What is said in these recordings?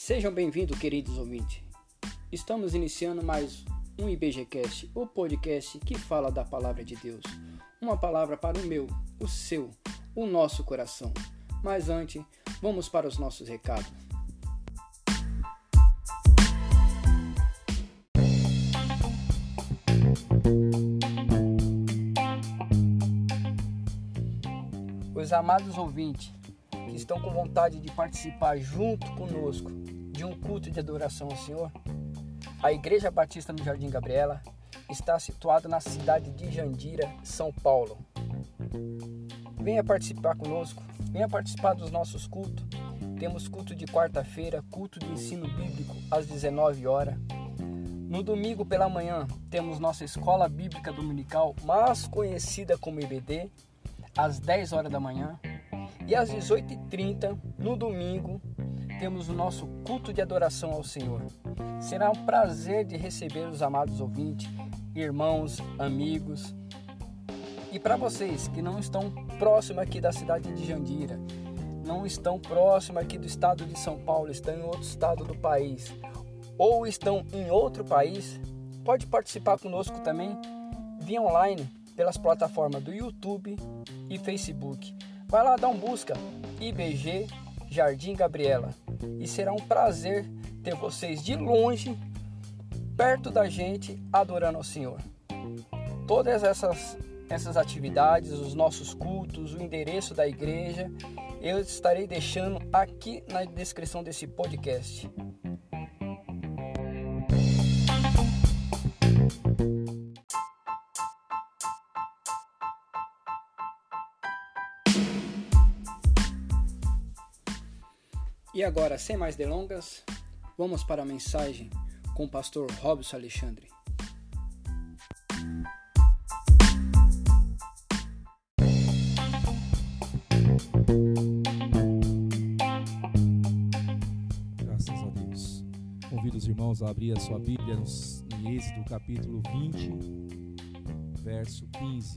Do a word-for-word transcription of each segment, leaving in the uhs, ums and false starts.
Sejam bem-vindos, queridos ouvintes. Estamos iniciando mais um IBGcast, o podcast que fala da palavra de Deus. Uma palavra para o meu, o seu, o nosso coração. Mas antes, vamos para os nossos recados. Os amados ouvintes que estão com vontade de participar junto conosco de um culto de adoração ao Senhor, a Igreja Batista no Jardim Gabriela está situada na cidade de Jandira, São Paulo. Venha participar conosco, venha participar dos nossos cultos. Temos culto de quarta-feira, culto de ensino bíblico às dezenove horas. No domingo pela manhã temos nossa escola bíblica dominical, mais conhecida como I B D, às dez horas da manhã. E às dezoito e trinta, no domingo, temos o nosso culto de adoração ao Senhor. Será um prazer de receber os amados ouvintes, irmãos, amigos. E para vocês que não estão próximos aqui da cidade de Jandira, não estão próximos aqui do estado de São Paulo, estão em outro estado do país, ou estão em outro país, pode participar conosco também via online pelas plataformas do YouTube e Facebook. Vai lá, dá um busca, I B G Jardim Gabriela, e será um prazer ter vocês de longe, perto da gente, adorando ao Senhor. Todas essas, essas atividades, os nossos cultos, o endereço da igreja, eu estarei deixando aqui na descrição desse podcast. E agora, sem mais delongas, vamos para a mensagem com o pastor Robson Alexandre. Graças a Deus. Convido os irmãos a abrir a sua Bíblia em Êxodo capítulo vinte, verso quinze.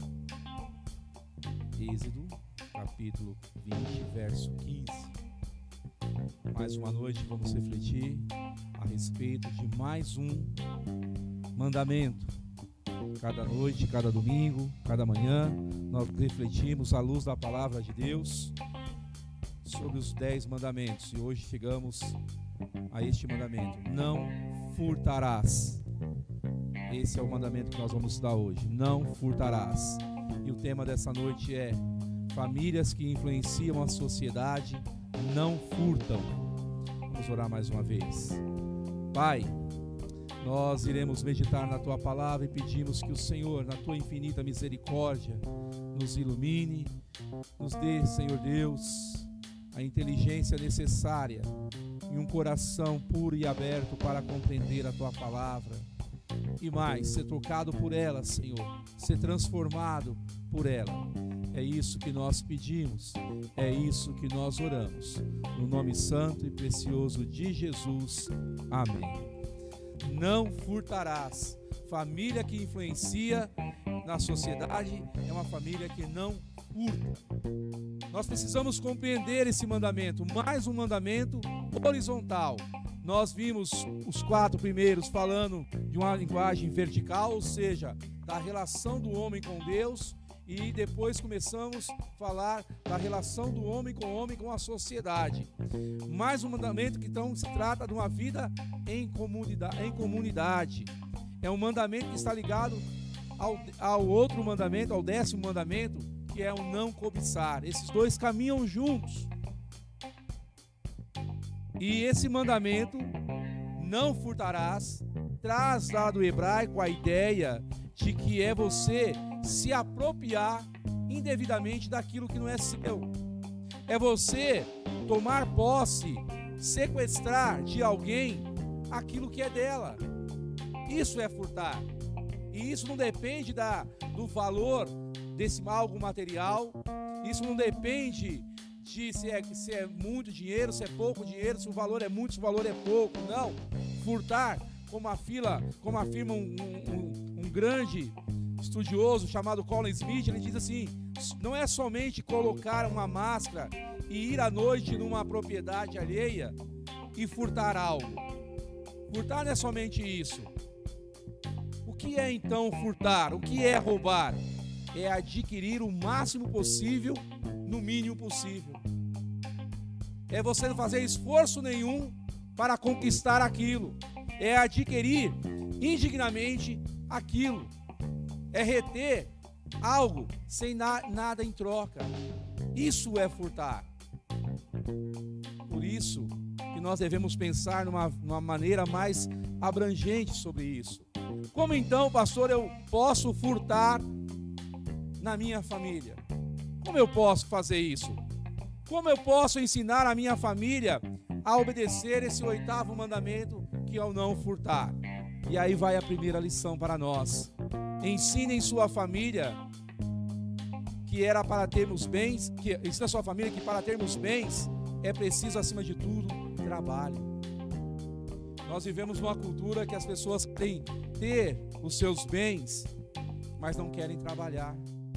Êxodo capítulo vinte, verso quinze. Mais uma noite vamos refletir a respeito de mais um mandamento. Cada noite, cada domingo, cada manhã, nós refletimos à luz da palavra de Deus sobre os dez mandamentos. E hoje chegamos a este mandamento: não furtarás. Esse é o mandamento que nós vamos estudar hoje: não furtarás. E o tema dessa noite é: famílias que influenciam a sociedade não furtam. Vamos orar mais uma vez. Pai, nós iremos meditar na Tua palavra e pedimos que o Senhor, na Tua infinita misericórdia, nos ilumine, nos dê, Senhor Deus, a inteligência necessária e um coração puro e aberto para compreender a Tua palavra. E mais, ser tocado por ela, Senhor, ser transformado por ela. É isso que nós pedimos, é isso que nós oramos. No nome santo e precioso de Jesus. Amém. Não furtarás. Família que influencia na sociedade é uma família que não furta. Nós precisamos compreender esse mandamento, mais um mandamento horizontal. Nós vimos os quatro primeiros falando de uma linguagem vertical, ou seja, da relação do homem com Deus. E depois começamos a falar da relação do homem com o homem com a sociedade. Mais um mandamento que então se trata de uma vida em comunidade. Em comunidade. É um mandamento que está ligado ao, ao outro mandamento, ao décimo mandamento, que é o não cobiçar. Esses dois caminham juntos. E esse mandamento, não furtarás, traz lá do hebraico a ideia de que é você se apropriar indevidamente daquilo que não é seu. É você tomar posse, sequestrar de alguém aquilo que é dela. Isso é furtar. E isso não depende da, do valor desse algo material. Isso não depende de se é, se é muito dinheiro, se é pouco dinheiro, se o valor é muito, se o valor é pouco. Não. Furtar, como, a fila, como afirma um, um, um grande estudioso chamado Colin Smith, ele diz assim: não é somente colocar uma máscara e ir à noite numa propriedade alheia e furtar algo. Furtar não é somente isso. O que é então furtar? O que é roubar? É adquirir o máximo possível, no mínimo possível. É você não fazer esforço nenhum para conquistar aquilo. É adquirir indignamente aquilo. É reter algo sem na, nada em troca. Isso é furtar. Por isso que nós devemos pensar numa, numa maneira mais abrangente sobre isso. Como então, pastor, eu posso furtar na minha família? Como eu posso fazer isso? Como eu posso ensinar a minha família a obedecer esse oitavo mandamento, que é o não furtar? E aí vai a primeira lição para nós. Ensine em sua família que era para termos bens, que ensina a sua família que para termos bens é preciso, acima de tudo, trabalho. Nós vivemos numa cultura que as pessoas têm ter os seus bens, mas não querem trabalhar.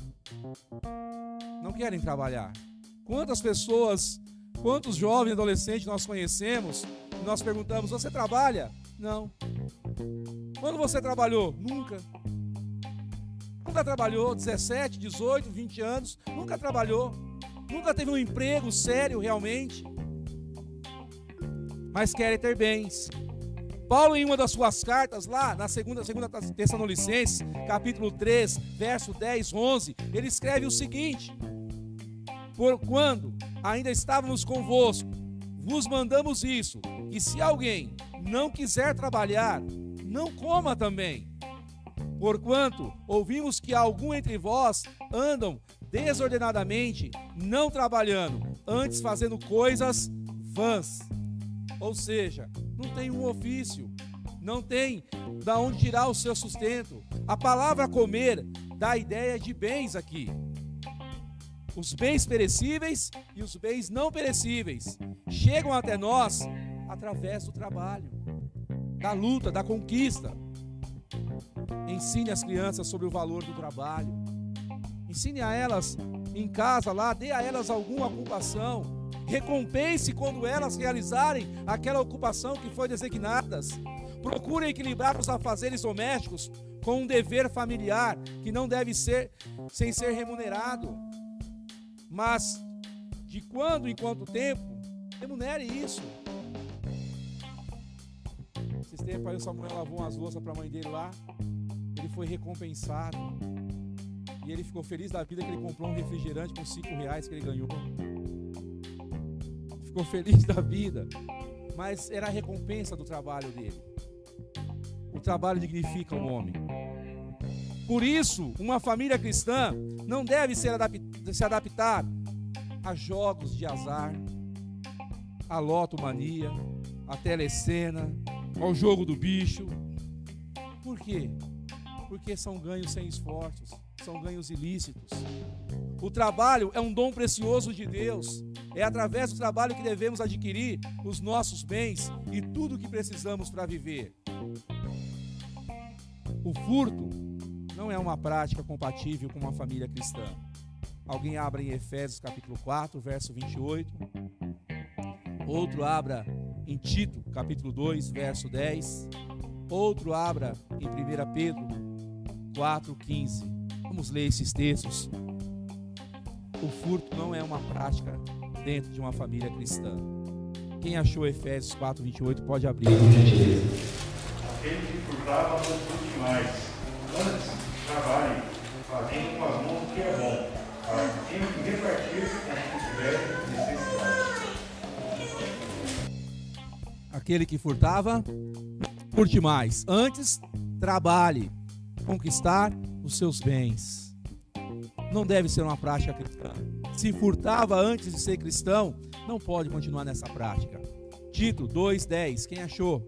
Não querem trabalhar. Quantas pessoas, quantos jovens e adolescentes nós conhecemos e nós perguntamos: você trabalha? Não. Quando você trabalhou? Nunca. Nunca trabalhou, dezessete, dezoito, vinte anos, nunca trabalhou, nunca teve um emprego sério realmente, mas querem ter bens. Paulo, em uma das suas cartas, lá na segunda, segunda Tessalonicenses, capítulo três, verso dez, onze, ele escreve o seguinte: por quando ainda estávamos convosco, vos mandamos isso, que se alguém não quiser trabalhar, não coma também. Porquanto ouvimos que algum entre vós andam desordenadamente, não trabalhando, antes fazendo coisas vãs. Ou seja, não tem um ofício, não tem da onde tirar o seu sustento. A palavra comer dá a ideia de bens aqui. Os bens perecíveis e os bens não perecíveis chegam até nós através do trabalho, da luta, da conquista. Ensine as crianças sobre o valor do trabalho. Ensine a elas em casa lá, dê a elas alguma ocupação. Recompense quando elas realizarem aquela ocupação que foi designadas. Procure equilibrar os afazeres domésticos com um dever familiar que não deve ser sem ser remunerado. Mas de quando em quanto tempo, remunere isso. Esses tempos aí o Samuel lavou umas louças para a mãe dele lá. Ele foi recompensado. E ele ficou feliz da vida que ele comprou um refrigerante por cinco reais que ele ganhou. Ficou feliz da vida. Mas era a recompensa do trabalho dele. O trabalho dignifica o homem. Por isso, uma família cristã não deve se adaptar a jogos de azar, a lotomania, a telecena, ao jogo do bicho. Por quê? Porque são ganhos sem esforços, são ganhos ilícitos. O trabalho é um dom precioso de Deus. É através do trabalho que devemos adquirir os nossos bens e tudo o que precisamos para viver. O furto não é uma prática compatível com uma família cristã. Alguém abra em Efésios capítulo quatro, verso vinte e oito. Outro abra em Tito, capítulo dois, verso dez. Outro abra em primeira Pedro quatro, quinze. Vamos ler esses textos. O furto não é uma prática dentro de uma família cristã. Quem achou Efésios quatro, vinte e oito pode abrir. Aquele que furtava, não furte mais. Antes, trabalhe, fazendo com as mãos o que é bom, para que tenha que repartir com quem tiver necessidade. Aquele que furtava, não furte mais. Antes, trabalhe, conquistar os seus bens. Não deve ser uma prática cristã. Se furtava antes de ser cristão, não pode continuar nessa prática. Tito dois, dez. Quem achou?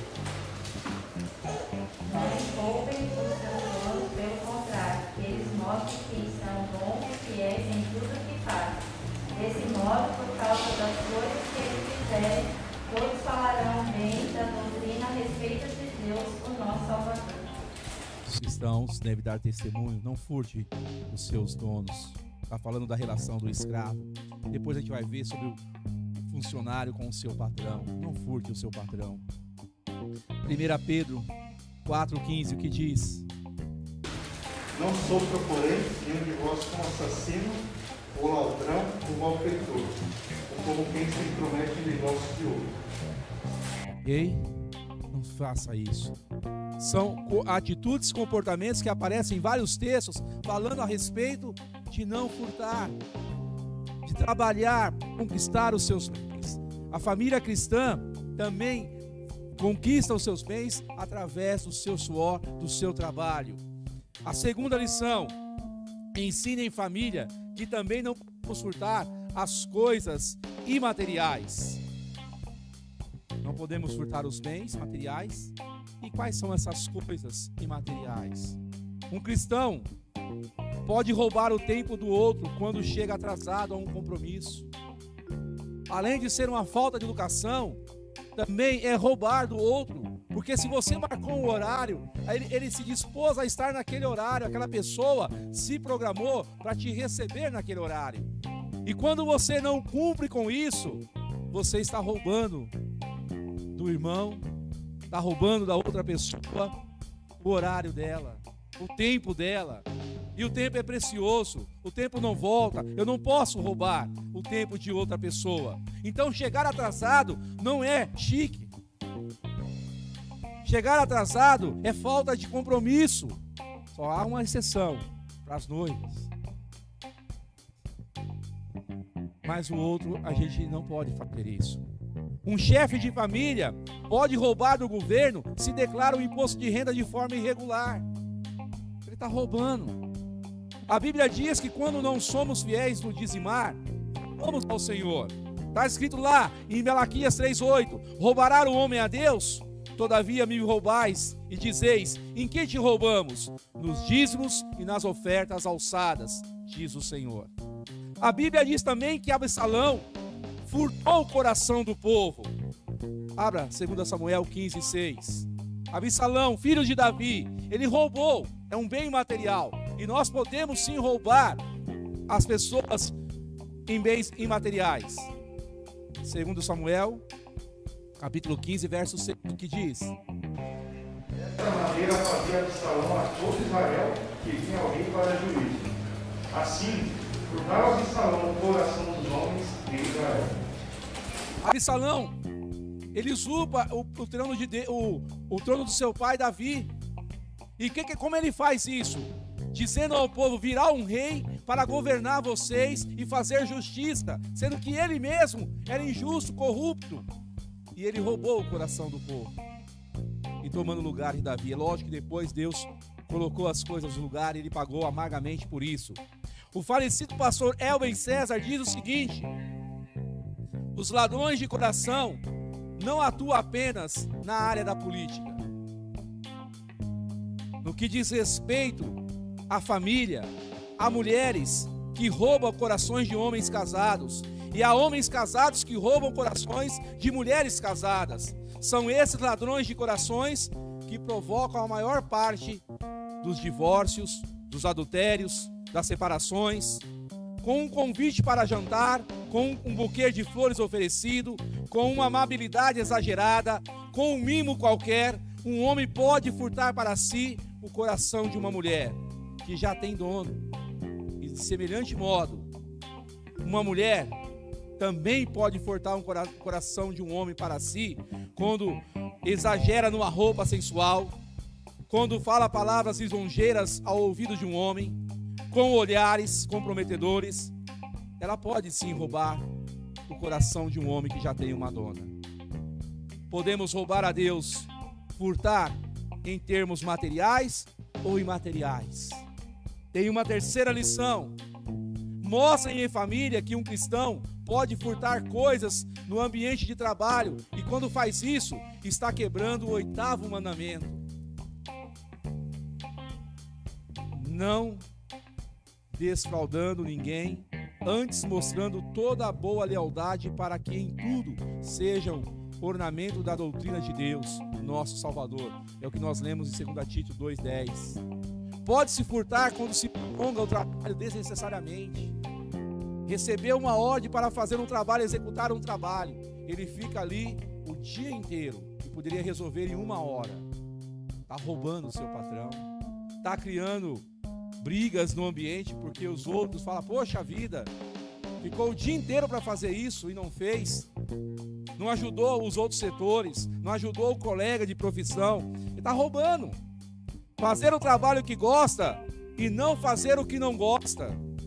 Não roubem os seus donos, pelo contrário, que eles mostrem que são bons e fiéis em tudo o que fazem. Desse modo, por causa das coisas que eles fizerem, todos falarão bem da doutrina a respeito de Deus, o nosso Salvador. Os cristãos devem dar testemunho, não furte os seus donos. Está falando da relação do escravo. Depois a gente vai ver sobre o funcionário com o seu patrão. Não furte o seu patrão. primeira Pedro quatro, quinze, o que diz? Não sofra, porém, nenhum de vós como assassino, ou ladrão, ou malfeitor, ou como quem se intromete em negócio de outro. Ok? Não faça isso. São atitudes e comportamentos que aparecem em vários textos falando a respeito de não furtar, de trabalhar, conquistar os seus bens. A família cristã também conquista os seus bens através do seu suor, do seu trabalho. A segunda lição: ensine em família que também não podemos furtar as coisas imateriais. Não podemos furtar os bens materiais. E quais são essas coisas imateriais? Um cristão pode roubar o tempo do outro quando chega atrasado a um compromisso. Além de ser uma falta de educação, também é roubar do outro. Porque se você marcou um horário, ele, ele se dispôs a estar naquele horário, aquela pessoa se programou para te receber naquele horário. E quando você não cumpre com isso, você está roubando do irmão, está roubando da outra pessoa o horário dela, o tempo dela. E o tempo é precioso, o tempo não volta. Eu não posso roubar o tempo de outra pessoa. Então chegar atrasado não é chique. Chegar atrasado é falta de compromisso. Só há uma exceção para as noivas. Mas o outro, a gente não pode fazer isso. Um chefe de família pode roubar do governo se declara o imposto de renda de forma irregular. Ele está roubando. A Bíblia diz que quando não somos fiéis no dizimar, vamos ao Senhor. Está escrito lá em Malaquias três, oito: roubará o homem a Deus? Todavia me roubais e dizeis: em que te roubamos? Nos dízimos e nas ofertas alçadas, diz o Senhor. A Bíblia diz também que Absalão furtou o coração do povo. Abra dois Samuel quinze, seis. Absalão, filho de Davi, ele roubou, é um bem material. E nós podemos sim roubar as pessoas em bens imateriais. dois Samuel, capítulo quinze, verso seis, que diz: Desta maneira fazia Absalão a todo Israel que vinha ao rei para juízo. Assim, tornava Absalão o coração dos homens de Israel. Absalão, ele usurpa o, o, trono de de, o, o trono do seu pai Davi. E que, que, como ele faz isso? Dizendo ao povo: virá um rei para governar vocês e fazer justiça, sendo que ele mesmo era injusto, corrupto. E ele roubou o coração do povo e tomando o lugar de Davi. É lógico que depois Deus colocou as coisas no lugar e ele pagou amargamente por isso. O falecido pastor Elben César diz o seguinte: os ladrões de coração não atuam apenas na área da política. No que diz respeito à família, há mulheres que roubam corações de homens casados e há homens casados que roubam corações de mulheres casadas. São esses ladrões de corações que provocam a maior parte dos divórcios, dos adultérios, das separações. Com um convite para jantar, com um buquê de flores oferecido, com uma amabilidade exagerada, com um mimo qualquer, um homem pode furtar para si o coração de uma mulher que já tem dono. E de semelhante modo, uma mulher também pode furtar um cora- coração de um homem para si quando exagera numa roupa sensual, quando fala palavras lisonjeiras ao ouvido de um homem, com olhares comprometedores. Ela pode sim roubar o coração de um homem que já tem uma dona. Podemos roubar a Deus, furtar em termos materiais ou imateriais. Tem uma terceira lição: mostrem em família que um cristão pode furtar coisas no ambiente de trabalho e quando faz isso, está quebrando o oitavo mandamento. Não desfraudando ninguém, antes mostrando toda a boa lealdade para que em tudo sejam ornamento da doutrina de Deus, nosso Salvador. É o que nós lemos em dois Título dois, dez. Pode-se furtar quando se prolonga o trabalho desnecessariamente. recebeu uma ordem para fazer um trabalho, executar um trabalho. Ele fica ali o dia inteiro e poderia resolver em uma hora. Está roubando o seu patrão, está criando brigas no ambiente porque os outros falam, poxa vida, ficou o dia inteiro para fazer isso e não fez. Não ajudou os outros setores, não ajudou o colega de profissão. Ele está roubando. Fazer o trabalho que gosta e não fazer o que não gosta.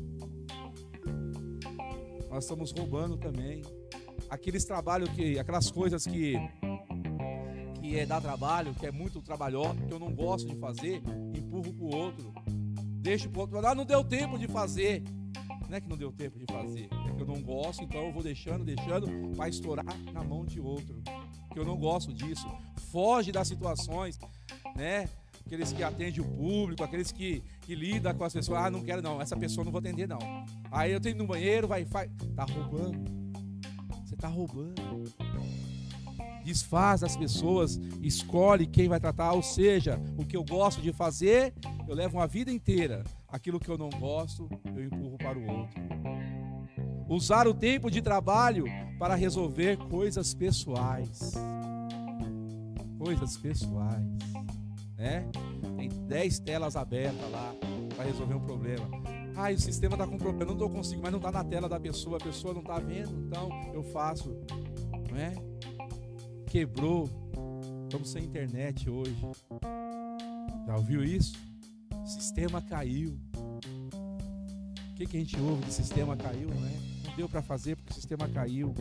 Nós estamos roubando também. Aqueles trabalhos que, aquelas coisas que, que é dar trabalho, que é muito trabalhoso, que eu não gosto de fazer, empurro para o outro. Deixo para o outro. Ah, não deu tempo de fazer. Não é que não deu tempo de fazer, é que eu não gosto, então eu vou deixando, deixando, para estourar na mão de outro. Que eu não gosto disso. Foge das situações, né? Aqueles que atendem o público, aqueles que, que lidam com as pessoas. Ah, não quero não, essa pessoa não vou atender não. Aí eu tenho no banheiro, vai, vai. Tá roubando. Você tá roubando. Desfaz as pessoas, escolhe quem vai tratar. Ou seja, o que eu gosto de fazer, eu levo uma vida inteira. Aquilo que eu não gosto, eu empurro para o outro. Usar o tempo de trabalho para resolver coisas pessoais. Coisas pessoais. Né? Tem dez telas abertas lá para resolver um problema. Ah, o sistema está com problema, não estou conseguindo, mas não está na tela da pessoa, a pessoa não está vendo, então eu faço. Não é? Quebrou. Estamos sem internet hoje. Já ouviu isso? O sistema caiu. O que, que a gente ouve de sistema caiu, não é? Não deu para fazer porque o sistema caiu.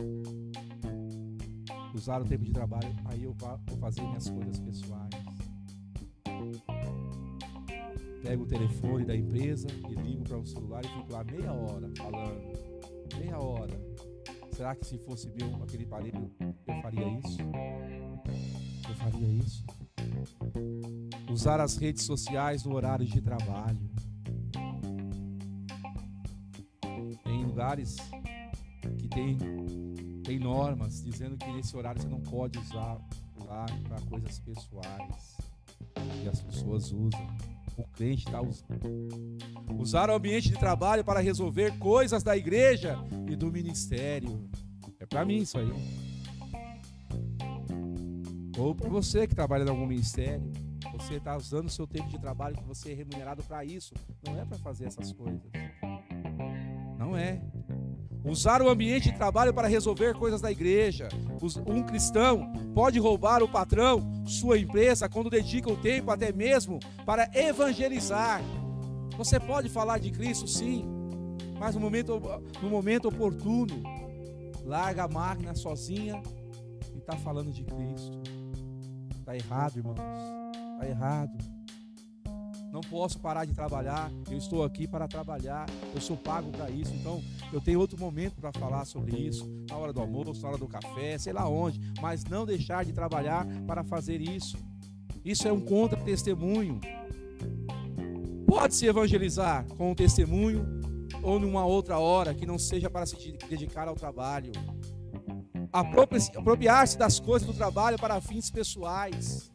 Usar o tempo de trabalho, aí eu vou fazer minhas coisas pessoais. Pego o telefone da empresa e ligo para o celular e fico lá meia hora falando. Meia hora. Será que se fosse meu aquele aparelho, eu faria isso? Eu faria isso? Usar as redes sociais no horário de trabalho. Tem lugares que tem, tem normas dizendo que nesse horário você não pode usar lá para coisas pessoais. E as pessoas usam. O crente está usando. Usar o ambiente de trabalho para resolver coisas da igreja e do ministério. É para mim isso aí. Ou para você que trabalha em algum ministério. Você está usando o seu tempo de trabalho, que você é remunerado para isso. Não é para fazer essas coisas. Não é. Usar o ambiente de trabalho para resolver coisas da igreja. Um cristão pode roubar o patrão, sua empresa, quando dedica o tempo até mesmo para evangelizar. Você pode falar de Cristo, sim, mas no momento, no momento oportuno, larga a máquina sozinha e está falando de Cristo. Está errado, irmãos. Está errado. Não posso parar de trabalhar, eu estou aqui para trabalhar, eu sou pago para isso, então eu tenho outro momento para falar sobre isso, na hora do almoço, na hora do café, sei lá onde, mas não deixar de trabalhar para fazer isso. Isso é um contra-testemunho. Pode-se evangelizar com um testemunho ou numa outra hora que não seja para se dedicar ao trabalho. Apropriar-se das coisas do trabalho para fins pessoais.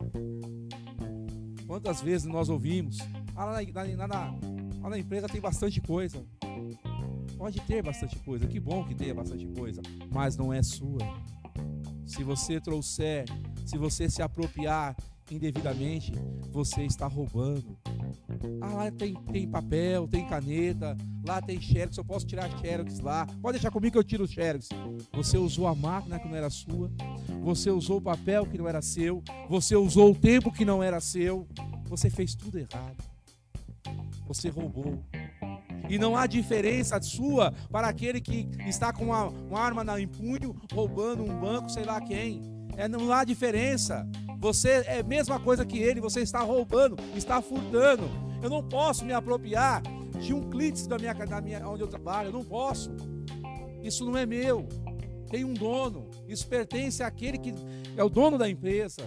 Quantas vezes nós ouvimos, ah, lá, na, na, lá na empresa tem bastante coisa. Pode ter bastante coisa, que bom que tenha bastante coisa, mas não é sua. Se você trouxer, se você se apropriar indevidamente, você está roubando. Ah, lá tem, tem papel, tem caneta, lá tem xerox, eu posso tirar xerox lá. Pode deixar comigo que eu tiro o xerox. Você usou a máquina que não era sua, você usou o papel que não era seu, você usou o tempo que não era seu, você fez tudo errado. Você roubou. E não há diferença sua para aquele que está com uma, uma arma em punho, roubando um banco, sei lá quem. É, não há diferença. Você é a mesma coisa que ele, você está roubando, está furtando. Eu não posso me apropriar de um cliente da minha, da minha, onde eu trabalho, eu não posso. Isso não é meu. Tem um dono. Isso pertence àquele que é o dono da empresa.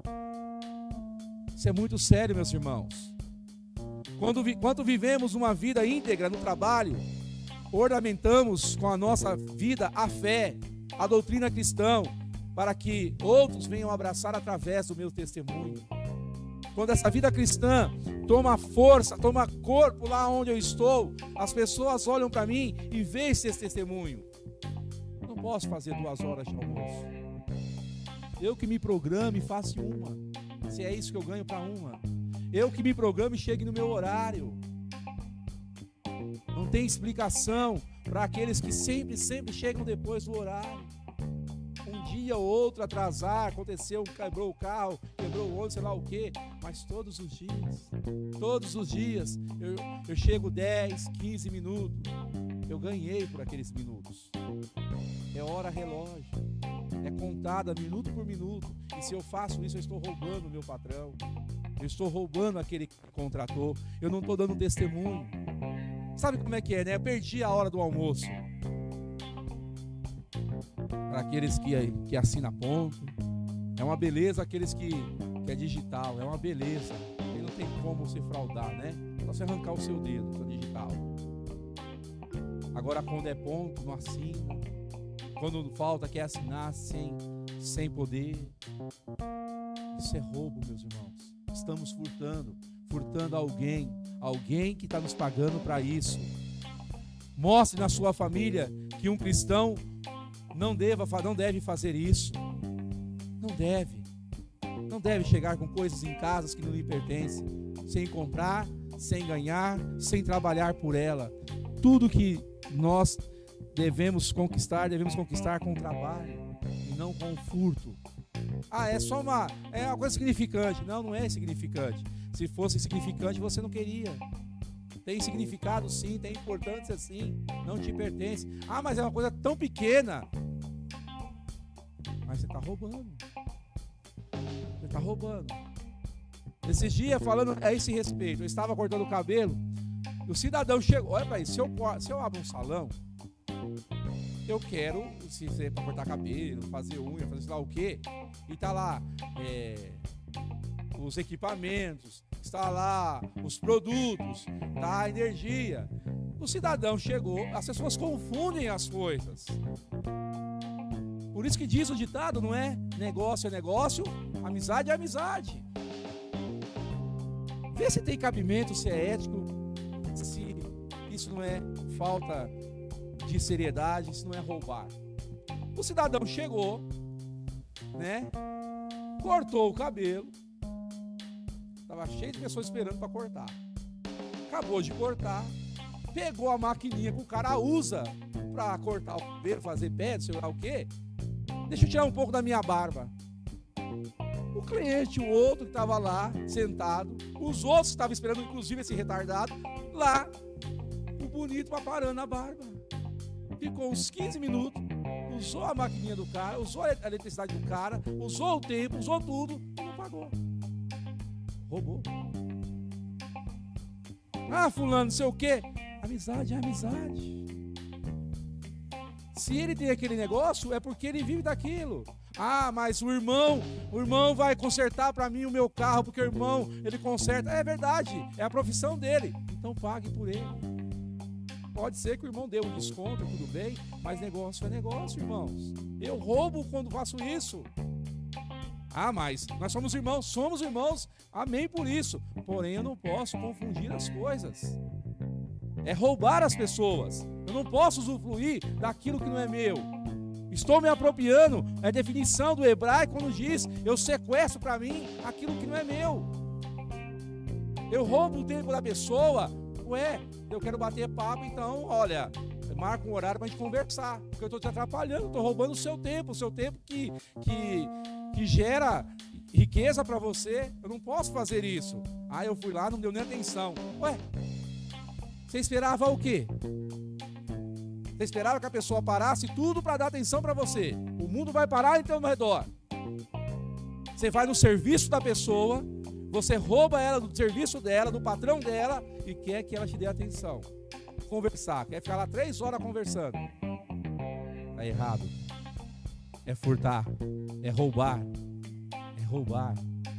Isso é muito sério, meus irmãos. Quando, vi, quando vivemos uma vida íntegra no trabalho, ornamentamos com a nossa vida a fé, a doutrina cristã, para que outros venham abraçar através do meu testemunho. quando essa vida cristã toma força, toma corpo lá onde eu estou, as pessoas olham para mim e veem esse testemunho. Não posso fazer duas horas de almoço. Eu que me programe e faço uma, se é isso que eu ganho para uma. Eu que me programe e chegue no meu horário. Não tem explicação para aqueles que sempre, sempre chegam depois do horário. Um dia ou outro atrasar, aconteceu, quebrou o carro, quebrou o ônibus, sei lá o quê, mas todos os dias, todos os dias, eu, eu chego dez, quinze minutos, eu ganhei por aqueles minutos. É hora relógio, é contada minuto por minuto, e se eu faço isso, eu estou roubando o meu patrão, eu estou roubando aquele que contratou, eu não estou dando testemunho. Sabe como é que é, né? Eu perdi a hora do almoço. Para aqueles que, que assinam ponto, é uma beleza. Aqueles que, que é digital, é uma beleza. E não tem como você fraudar, né? Só você arrancar o seu dedo, seu digital. Agora quando é ponto, não assina. Quando falta, quer assinar sem, sem poder. Isso é roubo, meus irmãos. Estamos furtando, furtando alguém, alguém que está nos pagando para isso. Mostre na sua família que um cristão não, deva, não deve fazer isso. Não deve. Não deve chegar com coisas em casas que não lhe pertencem, sem comprar, sem ganhar, sem trabalhar por ela. Tudo que nós devemos conquistar, devemos conquistar com trabalho e não com furto. Ah, é só uma, é uma coisa significante. Não, não é significante. Se fosse significante, você não queria. Tem significado sim, tem importância sim, não te pertence. Ah, mas é uma coisa tão pequena. Mas você está roubando. Você está roubando. Esses dias, falando a esse respeito, eu estava cortando o cabelo, e o cidadão chegou, olha para isso, se eu, se eu abro um salão, eu quero, se é para cortar cabelo, fazer unha, fazer sei lá o quê, e tá lá é, os equipamentos, está lá os produtos, tá a energia. O cidadão chegou, as pessoas confundem as coisas. Por isso que diz o ditado, não é? Negócio é negócio, amizade é amizade. Vê se tem cabimento, se é ético, se isso não é falta de seriedade, se não é roubar. O cidadão chegou, né? Cortou o cabelo. Estava cheio de pessoas esperando para cortar. Acabou de cortar. Pegou a maquininha que o cara usa para cortar o cabelo, fazer pé, sei lá o quê. Deixa eu tirar um pouco da minha barba. O cliente, o outro que estava lá, sentado, os outros que estavam esperando, inclusive esse retardado, lá, o bonito aparando a barba. Ficou uns quinze minutos, usou a maquininha do cara, usou a eletricidade do cara, usou o tempo, usou tudo e não pagou. Roubou. Ah, fulano, não sei o quê. Amizade é amizade. Se ele tem aquele negócio, é porque ele vive daquilo. Ah, mas o irmão, o irmão vai consertar para mim o meu carro, porque o irmão, ele conserta. É verdade, é a profissão dele. Então pague por ele. Pode ser que o irmão dê um desconto, tudo bem, mas negócio é negócio, irmãos. Eu roubo quando faço isso. Ah, mas nós somos irmãos, somos irmãos, amém por isso. Porém, eu não posso confundir as coisas. É roubar as pessoas. Eu não posso usufruir daquilo que não é meu. Estou me apropriando, é a definição do hebraico quando diz, eu sequestro para mim aquilo que não é meu. Eu roubo o tempo da pessoa. Ué, eu quero bater papo, então, olha, marca um horário para a gente conversar, porque eu estou te atrapalhando, estou roubando o seu tempo, o seu tempo que, que, que gera riqueza para você. Eu não posso fazer isso. Ah, eu fui lá, não deu nem atenção. Ué, você esperava o quê? Você esperava que a pessoa parasse tudo para dar atenção para você. O mundo vai parar então ao redor. Você vai no serviço da pessoa, você rouba ela do serviço dela, do patrão dela e quer que ela te dê atenção. Conversar, quer ficar lá três horas conversando. Tá errado. É furtar, é roubar, é roubar.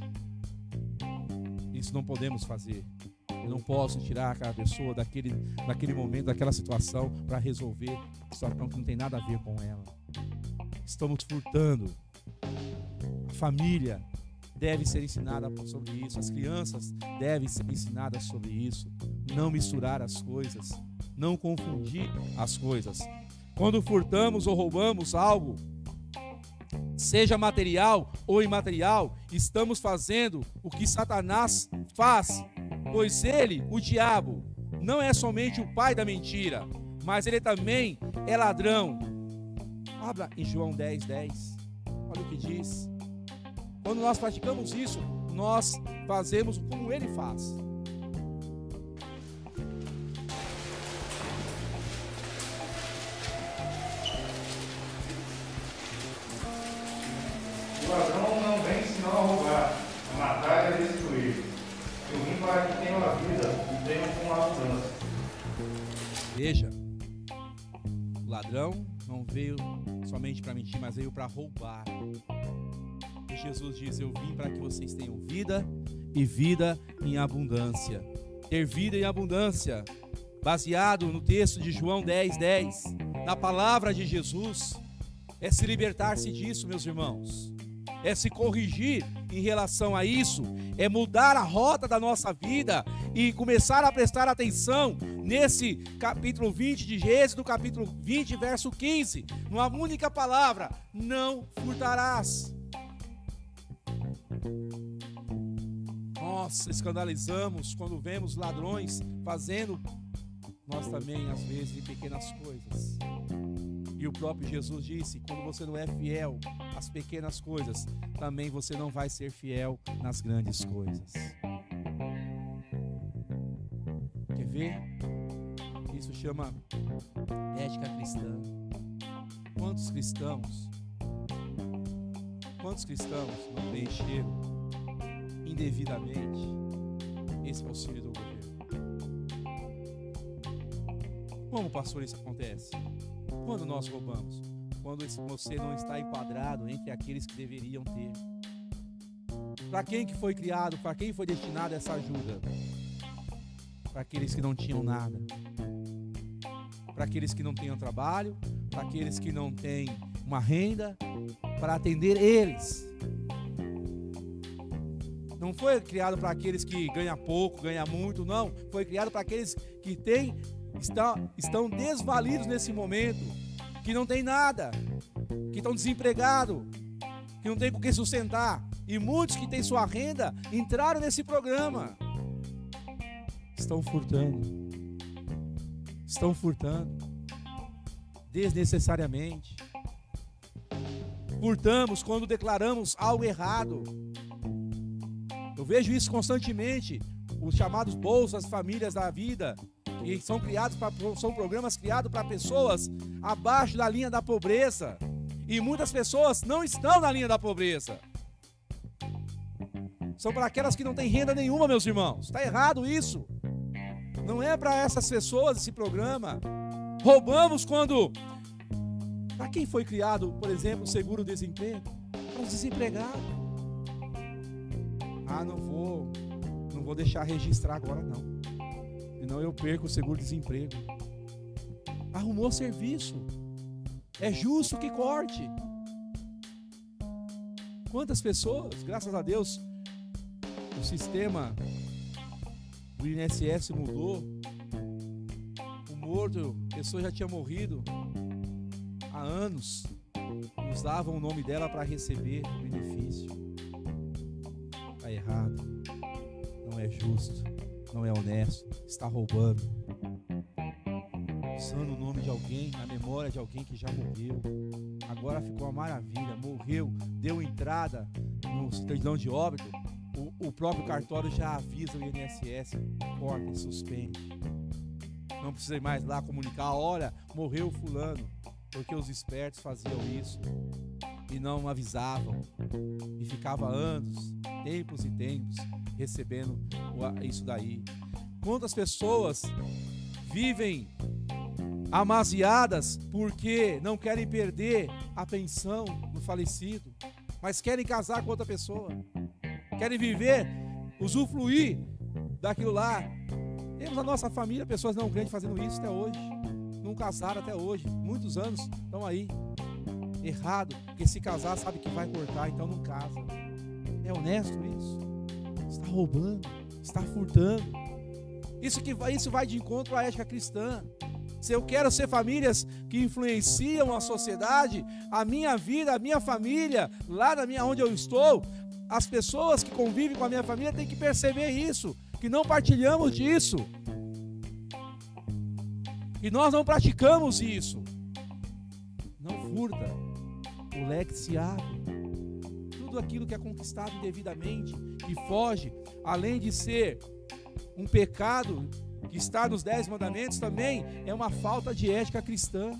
Isso não podemos fazer. Eu não posso tirar aquela pessoa daquele, daquele momento, daquela situação para resolver uma situação que não tem nada a ver com ela. Estamos furtando. A família deve ser ensinada sobre isso, as crianças devem ser ensinadas sobre isso. Não misturar as coisas, não confundir as coisas. Quando furtamos ou roubamos algo, seja material ou imaterial, estamos fazendo o que Satanás faz, pois ele, o diabo, não é somente o pai da mentira, mas ele também é ladrão. Abra em João dez, dez. Olha o que diz. Quando nós praticamos isso, nós fazemos como ele faz. O ladrão não vem senão a roubar, a matar e a destruir. Eu vim para que tenham a vida e tenham com abundância. Veja, o ladrão não veio somente para mentir, mas veio para roubar. E Jesus diz: eu vim para que vocês tenham vida e vida em abundância. Ter vida em abundância, baseado no texto de João dez, dez, na palavra de Jesus, é se libertar-se disso, meus irmãos. É se corrigir em relação a isso, é mudar a rota da nossa vida e começar a prestar atenção nesse capítulo vinte de Êxodo, capítulo vinte, verso quinze, numa única palavra: não furtarás. Nós escandalizamos quando vemos ladrões fazendo, nós também às vezes, em pequenas coisas. E o próprio Jesus disse: quando você não é fiel às pequenas coisas, também você não vai ser fiel nas grandes coisas. Quer ver? Isso chama ética cristã. Quantos cristãos, quantos cristãos não preencheram indevidamente esse auxílio do governo? Como, pastor, isso acontece? Quando nós roubamos? Quando você não está enquadrado entre aqueles que deveriam ter. Para quem que foi criado, para quem foi destinada essa ajuda? Para aqueles que não tinham nada. Para aqueles que não têm um trabalho, para aqueles que não têm uma renda, para atender eles. Não foi criado para aqueles que ganham pouco, ganham muito, não. Foi criado para aqueles que têm, estão, estão desvalidos nesse momento, que não tem nada, que estão desempregados, que não tem com que sustentar. E muitos que têm sua renda entraram nesse programa. Estão furtando. Estão furtando. Desnecessariamente. Furtamos quando declaramos algo errado. Eu vejo isso constantemente. Os chamados Bolsas Famílias da Vida, que são criados pra, são programas criados para pessoas abaixo da linha da pobreza. E muitas pessoas não estão na linha da pobreza. São para aquelas que não têm renda nenhuma, meus irmãos. Está errado isso. Não é para essas pessoas esse programa. Roubamos quando... Para quem foi criado, por exemplo, o seguro-desemprego? Para os desempregados. Ah, não vou, não vou deixar registrar agora não. Senão eu perco o seguro-desemprego. Arrumou serviço. É justo que corte. Quantas pessoas, graças a Deus, o sistema do I N S S mudou. O morto, a pessoa já tinha morrido há anos. Usavam o nome dela para receber o benefício. Está errado. Não é justo. Não é honesto. Está roubando. Usando o nome de alguém, a memória de alguém que já morreu. Agora ficou uma maravilha. Morreu, deu entrada no certidão de óbito. O, o próprio cartório já avisa o I N S S, corta e suspende. Não precisa ir mais lá comunicar: olha, morreu fulano, porque os espertos faziam isso e não avisavam, e ficava anos, tempos e tempos recebendo isso daí. Quantas pessoas vivem amaziadas porque não querem perder a pensão do falecido, mas querem casar com outra pessoa, querem viver, usufruir daquilo lá. Temos na nossa família pessoas não crentes fazendo isso até hoje, não casaram até hoje, muitos anos estão aí. Errado, porque se casar sabe que vai cortar, então não casa. É honesto isso? Está roubando, está furtando. Isso, que vai, isso vai de encontro à ética cristã. Se eu quero ser famílias que influenciam a sociedade, a minha vida, a minha família, lá na minha, onde eu estou, as pessoas que convivem com a minha família têm que perceber isso, que não partilhamos disso, que nós não praticamos isso. Não furta, o leque se abre. Tudo aquilo que é conquistado indevidamente, que foge, além de ser um pecado que está nos dez mandamentos, também é uma falta de ética cristã.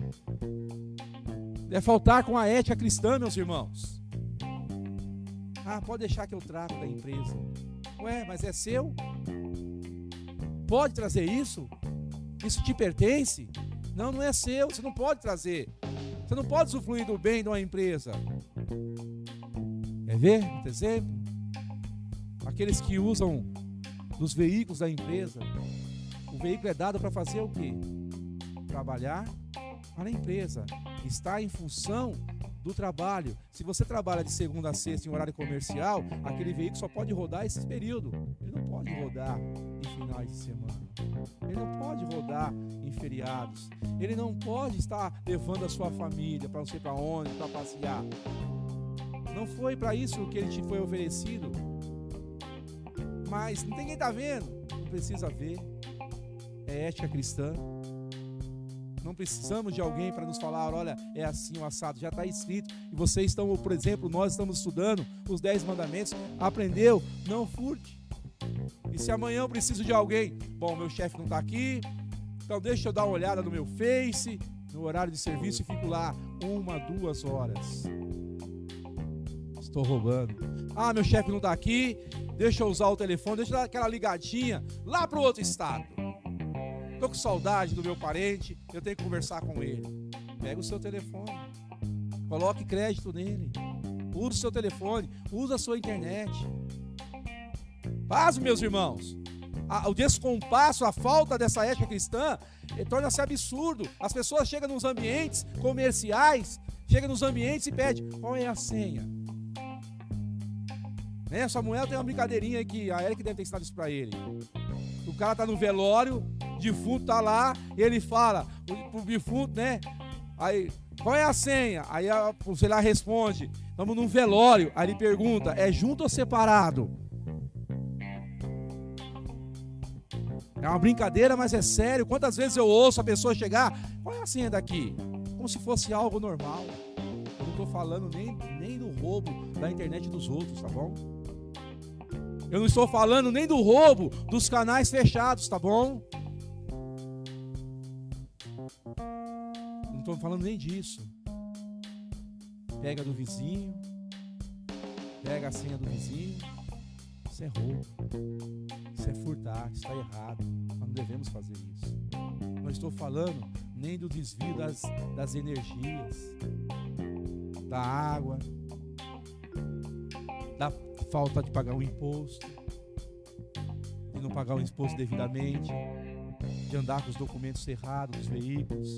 É faltar com a ética cristã, meus irmãos. Ah, pode deixar que eu trago da empresa. Ué, mas é seu? Pode trazer isso? Isso te pertence? Não, não é seu, você não pode trazer. Você não pode usufruir do bem de uma empresa. Quer ver um exemplo? Aqueles que usam dos veículos da empresa. O veículo é dado para fazer o quê? Trabalhar para a empresa. Está em função do trabalho. Se você trabalha de segunda a sexta em horário comercial, aquele veículo só pode rodar esse período. Ele não pode rodar em finais de semana. Ele não pode rodar em feriados. Ele não pode estar levando a sua família para não sei para onde, para passear. Não foi para isso que ele te foi oferecido. Mas ninguém está vendo. Não precisa ver. É ética cristã. Não precisamos de alguém para nos falar, olha, é assim o assado, já está escrito. E vocês estão, por exemplo, nós estamos estudando os dez mandamentos. Aprendeu? Não furte. E se amanhã eu preciso de alguém, bom, meu chefe não está aqui, então deixa eu dar uma olhada no meu Face, no horário de serviço, e fico lá uma, duas horas. Estou roubando. Ah, meu chefe não está aqui, deixa eu usar o telefone, deixa eu dar aquela ligadinha lá para o outro estado. Estou com saudade do meu parente, eu tenho que conversar com ele. Pega o seu telefone, coloque crédito nele, usa o seu telefone, usa a sua internet. Paz, meus irmãos, o descompasso, a falta dessa ética cristã torna-se absurdo. As pessoas chegam nos ambientes comerciais, chegam nos ambientes e pedem, qual é a senha? Né? Samuel tem uma brincadeirinha aí que a Eric deve ter ensinado isso para ele. O cara tá no velório, o defunto tá lá, e ele fala pro defunto, né? Aí, qual é a senha? Aí o sei lá responde, estamos num velório. Aí ele pergunta, é junto ou separado? É uma brincadeira, mas é sério. Quantas vezes eu ouço a pessoa chegar, qual é a senha daqui? Como se fosse algo normal. Eu não estou falando nem, nem do roubo da internet dos outros, tá bom? Eu não estou falando nem do roubo dos canais fechados, tá bom? Não estou falando nem disso. Pega do vizinho, pega a senha do vizinho. Isso é roubo. Isso é furtar, isso está errado. Nós não devemos fazer isso. Não estou falando nem do desvio das, das energias, da água, da falta de pagar o imposto, de não pagar o imposto devidamente, de andar com os documentos errados dos veículos.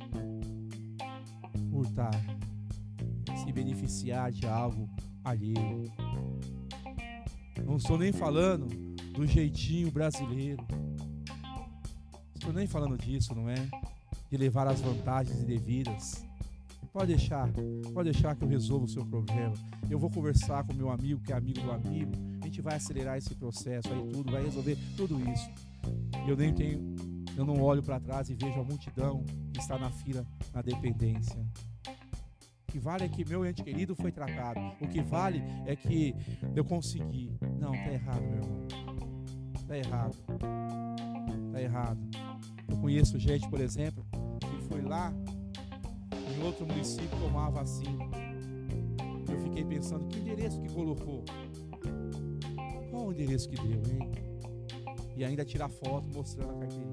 Furtar, se beneficiar de algo alheio. Não estou nem falando do jeitinho brasileiro. Estou nem falando disso, não é? De levar as vantagens indevidas. Pode deixar, pode deixar que eu resolva o seu problema. Eu vou conversar com meu amigo, que é amigo do amigo. A gente vai acelerar esse processo aí tudo, vai resolver tudo isso. Eu nem tenho, eu não olho para trás e vejo a multidão que está na fila, na dependência. O que vale é que meu ente querido foi tratado. O que vale é que eu consegui. Não, tá errado, meu irmão. Tá errado. Tá errado. Eu conheço gente, por exemplo, que foi lá em outro município tomar a vacina. Eu fiquei pensando, que endereço que colocou? Qual o endereço que deu, hein? E ainda tirar foto mostrando a carteirinha.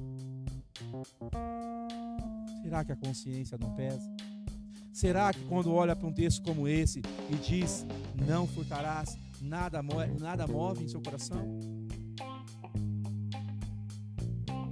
Será que a consciência não pesa? Será que quando olha para um texto como esse e diz, não furtarás, nada move, nada move em seu coração?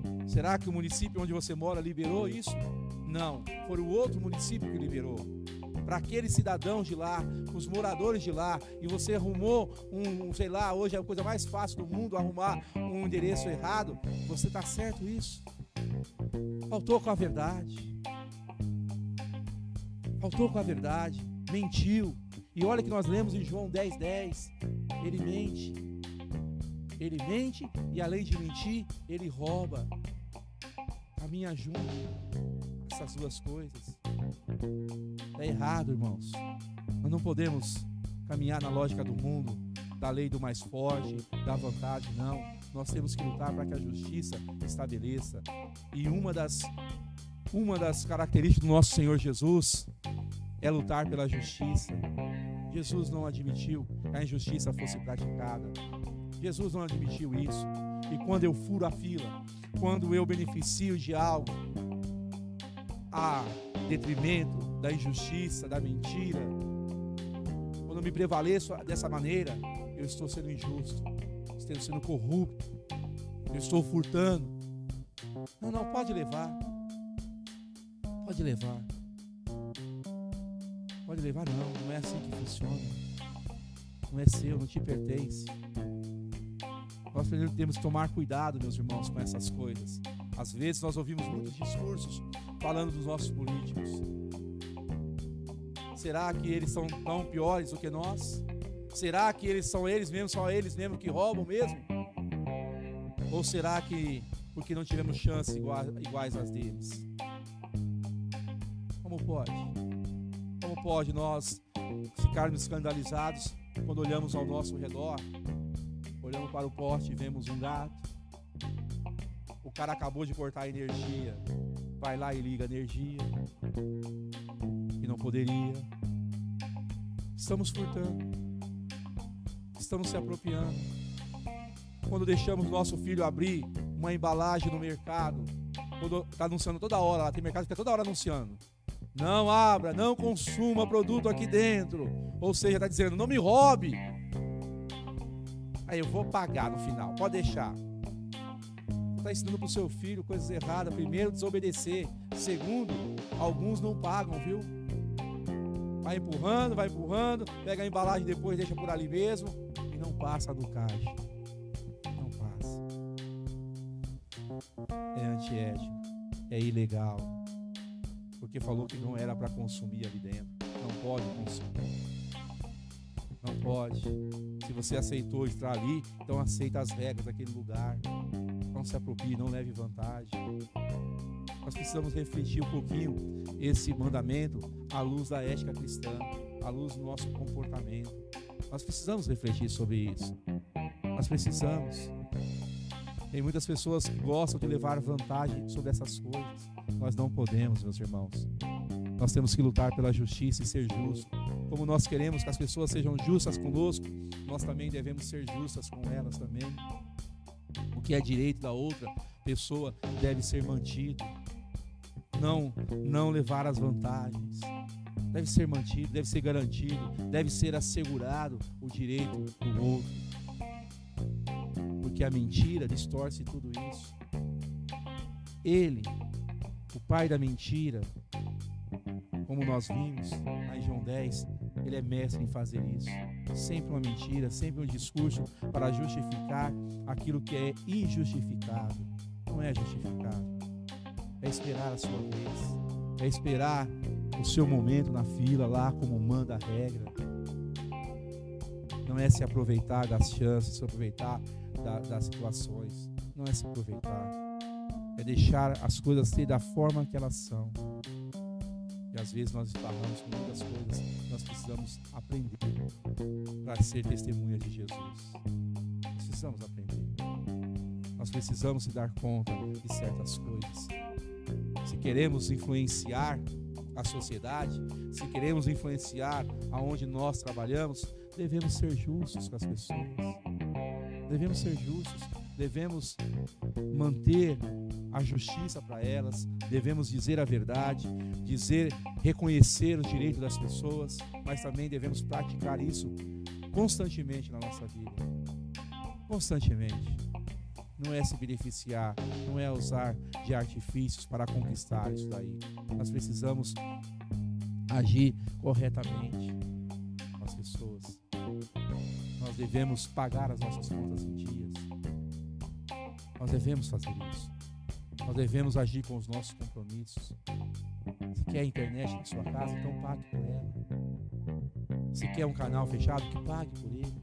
Será que o município onde você mora liberou isso? Não, foi o outro município que liberou. para aqueles cidadãos de lá, os moradores de lá, e você arrumou um, sei lá, hoje é a coisa mais fácil do mundo arrumar um endereço errado, você está certo isso? Faltou com a verdade. Faltou com a verdade, mentiu. E olha que nós lemos em João dez, dez, ele mente. Ele mente e além de mentir, ele rouba. Caminha junto essas duas coisas. É errado, irmãos. Nós não podemos caminhar na lógica do mundo, da lei do mais forte, da vantagem, não. Nós temos que lutar para que a justiça estabeleça. E uma das, uma das características do nosso Senhor Jesus é lutar pela justiça. Jesus não admitiu que a injustiça fosse praticada. Jesus não admitiu isso. E quando eu furo a fila, quando eu beneficio de algo a detrimento da injustiça, da mentira, quando eu me prevaleço dessa maneira, eu estou sendo injusto, estou sendo corrupto, eu estou furtando. Não, não, pode levar. Pode levar. Pode levar não, não é assim que funciona. Não é seu, não te pertence. Nós temos que tomar cuidado, meus irmãos, com essas coisas. Às vezes nós ouvimos muitos discursos falando dos nossos políticos. Será que eles são tão piores do que nós? Será que eles são eles mesmos, são eles mesmos que roubam mesmo? Ou será que porque não tivemos chances iguais, iguais às deles? Como pode? Como pode nós ficarmos escandalizados quando olhamos ao nosso redor? Olhamos para o poste e vemos um gato. O cara acabou de cortar a energia. Vai lá e liga a energia. E não poderia. Estamos furtando. Estamos se apropriando. Quando deixamos nosso filho abrir uma embalagem no mercado, quando está anunciando toda hora, lá tem mercado que está toda hora anunciando. Não abra, não consuma produto aqui dentro. Ou seja, está dizendo, não me roube. Aí eu vou pagar no final, pode deixar. Está ensinando para o seu filho coisas erradas. Primeiro, desobedecer. Segundo, alguns não pagam, viu? Vai empurrando, vai empurrando, pega a embalagem depois, deixa por ali mesmo e não passa do caixa. Não passa. É antiético, é ilegal. Porque falou que não era para consumir ali dentro. Não pode consumir. Não pode. Se você aceitou estar ali, então aceita as regras daquele lugar. Não se aproprie, não leve vantagem. Nós precisamos refletir um pouquinho esse mandamento à luz da ética cristã, à luz do nosso comportamento. Nós precisamos refletir sobre isso. Nós precisamos. Tem muitas pessoas que gostam de levar vantagem sobre essas coisas. Nós não podemos, meus irmãos. Nós temos que lutar pela justiça e ser justos. Como nós queremos que as pessoas sejam justas conosco, nós também devemos ser justas com elas também. O que é direito da outra pessoa deve ser mantido. Não, não levar as vantagens. Deve ser mantido, deve ser garantido, deve ser assegurado o direito do outro. Porque a mentira distorce tudo isso. Ele, o pai da mentira, como nós vimos lá em João dez, ele é mestre em fazer isso. Sempre uma mentira, sempre um discurso para justificar aquilo que é injustificável. Não é justificável. É esperar a sua vez. É esperar o seu momento na fila lá, como manda a regra. Não é se aproveitar das chances, se aproveitar da, das situações. Não é se aproveitar. É deixar as coisas ser da forma que elas são. E às vezes nós esbarramos com muitas coisas. Nós precisamos aprender para ser testemunha de Jesus. Precisamos aprender. Nós precisamos se dar conta de certas coisas. Se queremos influenciar a sociedade, se queremos influenciar aonde nós trabalhamos, devemos ser justos com as pessoas. Devemos ser justos. Devemos manter a justiça para elas, devemos dizer a verdade, dizer, reconhecer os direitos das pessoas, mas também devemos praticar isso constantemente na nossa vida. Constantemente. Não é se beneficiar, não é usar de artifícios para conquistar isso daí. Nós precisamos agir corretamente com as pessoas. Nós devemos pagar as nossas contas em dias. Nós devemos fazer isso. Nós devemos agir com os nossos compromissos. Se quer internet na sua casa, então pague por ela. Se quer um canal fechado, que pague por ele.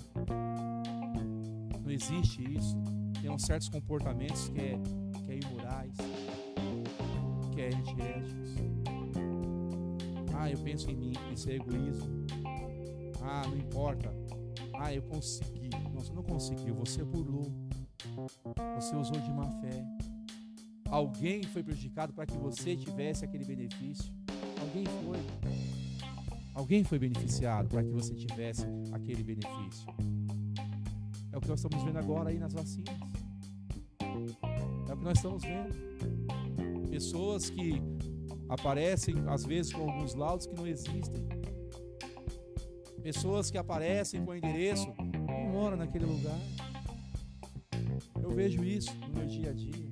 Não existe isso. Tem uns certos comportamentos que é, que é imorais, que é antiéticos. Ah, eu penso em mim, isso é egoísmo. Ah, não importa. Ah, eu consegui. Não, você não conseguiu, você burlou. Você usou de má fé. Alguém foi prejudicado para que você tivesse aquele benefício. Alguém foi. Alguém foi beneficiado para que você tivesse aquele benefício. É o que nós estamos vendo agora aí nas vacinas. É o que nós estamos vendo. Pessoas que aparecem, às vezes, com alguns laudos que não existem. Pessoas que aparecem com endereço, não moram naquele lugar. Eu vejo isso no meu dia a dia.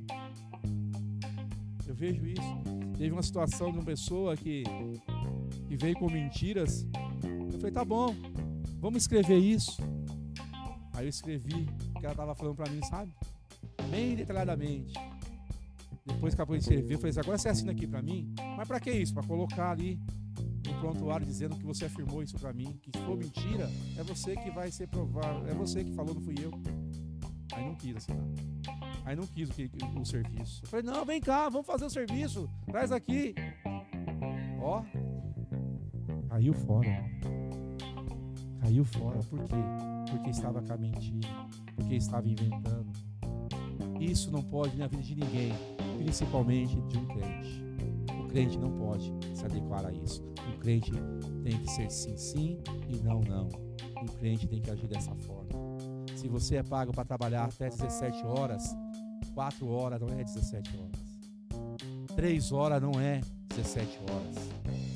Eu vejo isso. Teve uma situação de uma pessoa que, que veio com mentiras. Eu falei, tá bom, vamos escrever isso. Aí eu escrevi o que ela estava falando para mim, sabe? Bem detalhadamente. Depois que acabou de escrever, eu falei assim, agora você assina aqui para mim? Mas para que isso? Para colocar ali no prontuário dizendo que você afirmou isso para mim. Que se for mentira, é você que vai ser provado. É você que falou, não fui eu. Aí não quis assinar. Aí não quis o, que, o serviço. Eu falei, não, vem cá, vamos fazer o serviço. Traz aqui. Ó. Caiu fora. Caiu fora. Por quê? Porque estava com a mentira. Porque estava inventando. Isso não pode na vida de ninguém. Principalmente de um crente. O crente não pode se adequar a isso. O crente tem que ser sim, sim e não, não. O crente tem que agir dessa forma. Se você é pago para trabalhar até dezessete horas, quatro horas não é dezessete horas. três horas não é dezessete horas.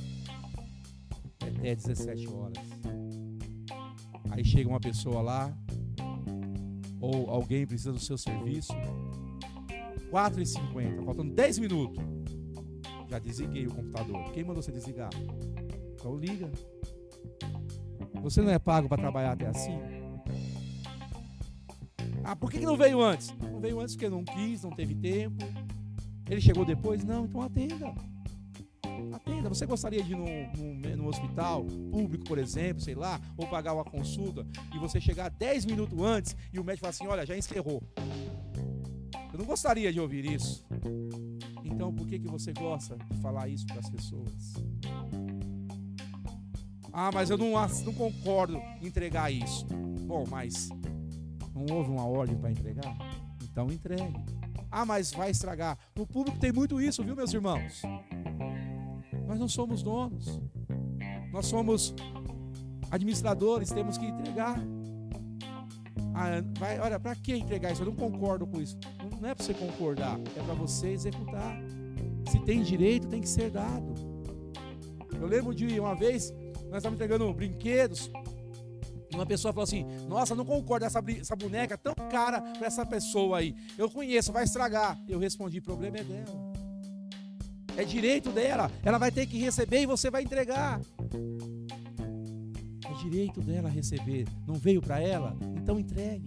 É até dezessete horas. Aí chega uma pessoa lá, ou alguém precisa do seu serviço, quatro e cinquenta, faltando dez minutos. Já desliguei o computador. Quem mandou você desligar? Então liga. Você não é pago para trabalhar até assim? Ah, por que que não veio antes? Não veio antes porque não quis, não teve tempo. Ele chegou depois? Não, então atenda. Atenda. Você gostaria de ir no, no, no hospital público, por exemplo, sei lá, ou pagar uma consulta e você chegar dez minutos antes e o médico falar assim, olha, já encerrou. Eu não gostaria de ouvir isso. Então por que que você gosta de falar isso para as pessoas? Ah, mas eu não, não concordo em entregar isso. Bom, mas não houve uma ordem para entregar? Então entregue. Ah, mas vai estragar. No público tem muito isso, viu, meus irmãos? Nós não somos donos. Nós somos administradores, temos que entregar. Ah, vai, olha, para que entregar isso? Eu não concordo com isso. Não é para você concordar, é para você executar. Se tem direito, tem que ser dado. Eu lembro de uma vez, nós estávamos entregando brinquedos. E uma pessoa falou assim, nossa, não concordo, essa, essa boneca é tão cara para essa pessoa aí. Eu conheço, vai estragar. Eu respondi, o problema é dela. É direito dela. Ela vai ter que receber e você vai entregar. É direito dela receber. Não veio para ela? Então entregue.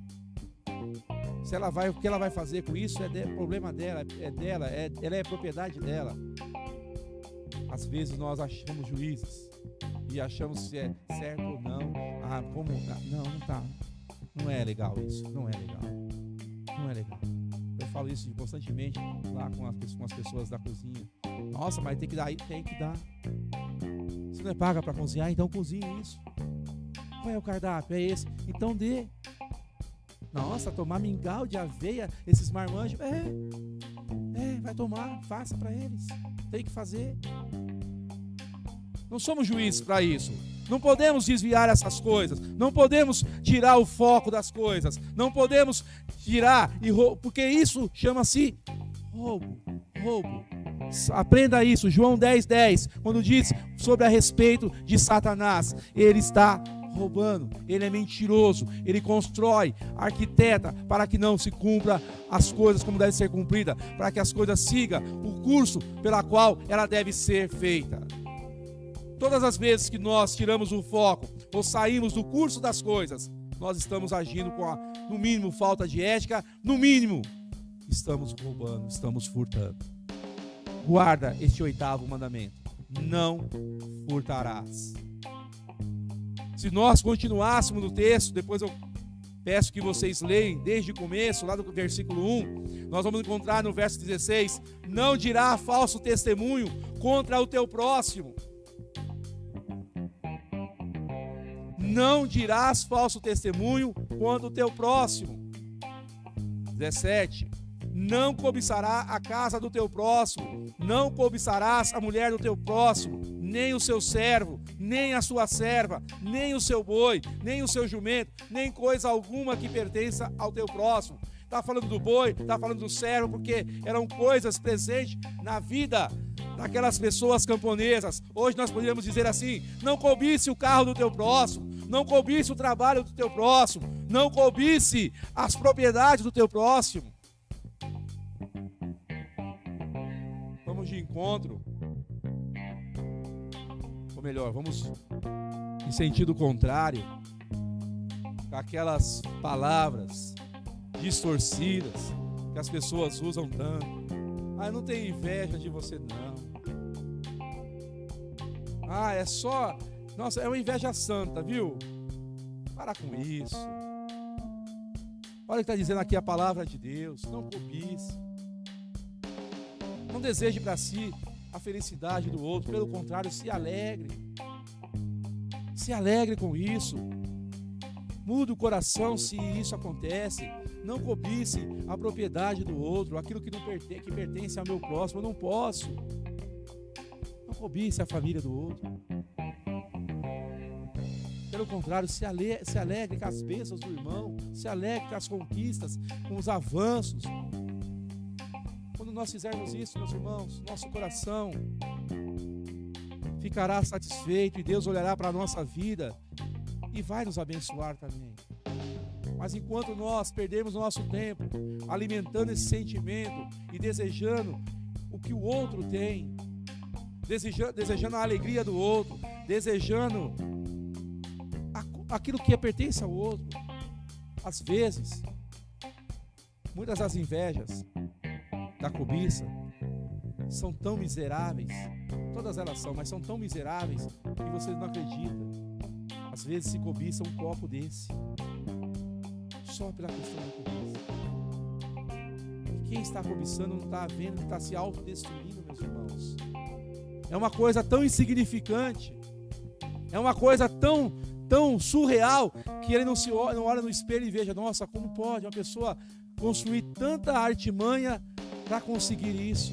Se ela vai, o que ela vai fazer com isso é de, problema dela, é dela, é, ela é propriedade dela. Às vezes nós achamos juízes e achamos se é certo ou não. Ah, como? Não, não tá. Não é legal isso. Não é legal. Não é legal. Eu falo isso constantemente lá com as, com as pessoas da cozinha. Nossa, mas tem que dar, tem que dar. Se não é paga para cozinhar, então cozinhe isso. Qual é o cardápio? É esse. Então dê. Nossa, tomar mingau de aveia, esses marmanjos. É, é, vai tomar, faça para eles. Tem que fazer. Não somos juízes para isso. Não podemos desviar essas coisas. Não podemos tirar o foco das coisas. Não podemos tirar e roubo, porque isso chama-se roubo. Roubo. Aprenda isso. João dez, dez, quando diz sobre a respeito de Satanás, ele está roubando, ele é mentiroso, ele constrói, arquiteta para que não se cumpra as coisas como devem ser cumpridas, para que as coisas sigam o curso pela qual ela deve ser feita. Todas as vezes que nós tiramos o foco ou saímos do curso das coisas, nós estamos agindo com, a, no mínimo, falta de ética, no mínimo, estamos roubando, estamos furtando. Guarda este oitavo mandamento: não furtarás. Se nós continuássemos no texto, depois eu peço que vocês leiam desde o começo, lá do versículo um, nós vamos encontrar no verso dezesseis: não dirá falso testemunho contra o teu próximo. Não dirás falso testemunho contra o teu próximo. dezessete. Não cobiçará a casa do teu próximo, não cobiçarás a mulher do teu próximo, nem o seu servo, nem a sua serva, nem o seu boi, nem o seu jumento, nem coisa alguma que pertença ao teu próximo. Está falando do boi, está falando do servo, porque eram coisas presentes na vida daquelas pessoas camponesas. Hoje nós poderíamos dizer assim: não cobice o carro do teu próximo, não cobice o trabalho do teu próximo, não cobice as propriedades do teu próximo. Vamos de encontro, ou melhor, vamos em sentido contrário, com aquelas palavras distorcidas que as pessoas usam tanto. Ah, eu não tenho inveja de você não. Ah, é só... Nossa, é uma inveja santa, viu? Para com isso. Olha o que está dizendo aqui a palavra de Deus: não cobice. Não deseje para si a felicidade do outro, pelo contrário, se alegre. Se alegre com isso. Mude o coração se isso acontece. Não cobice a propriedade do outro, aquilo que, não pertence, que pertence ao meu próximo. Eu não posso. Não cobice a família do outro. Pelo contrário, se alegre, se alegre com as bênçãos do irmão, se alegre com as conquistas, com os avanços. Quando nós fizermos isso, meus irmãos, nosso coração ficará satisfeito e Deus olhará para a nossa vida e vai nos abençoar também. Mas enquanto nós perdemos o nosso tempo alimentando esse sentimento e desejando o que o outro tem, desejando, desejando a alegria do outro, desejando aquilo que pertence ao outro, às vezes, muitas das invejas, da cobiça, são tão miseráveis, todas elas são, mas são tão miseráveis que vocês não acreditam. Às vezes se cobiça um copo desse, só pela questão da cobiça. E quem está cobiçando não está vendo, está se autodestruindo, meus irmãos. É uma coisa tão insignificante, é uma coisa tão, tão surreal, que ele não, se olha, não olha no espelho e veja: nossa, como pode uma pessoa construir tanta artimanha para conseguir isso?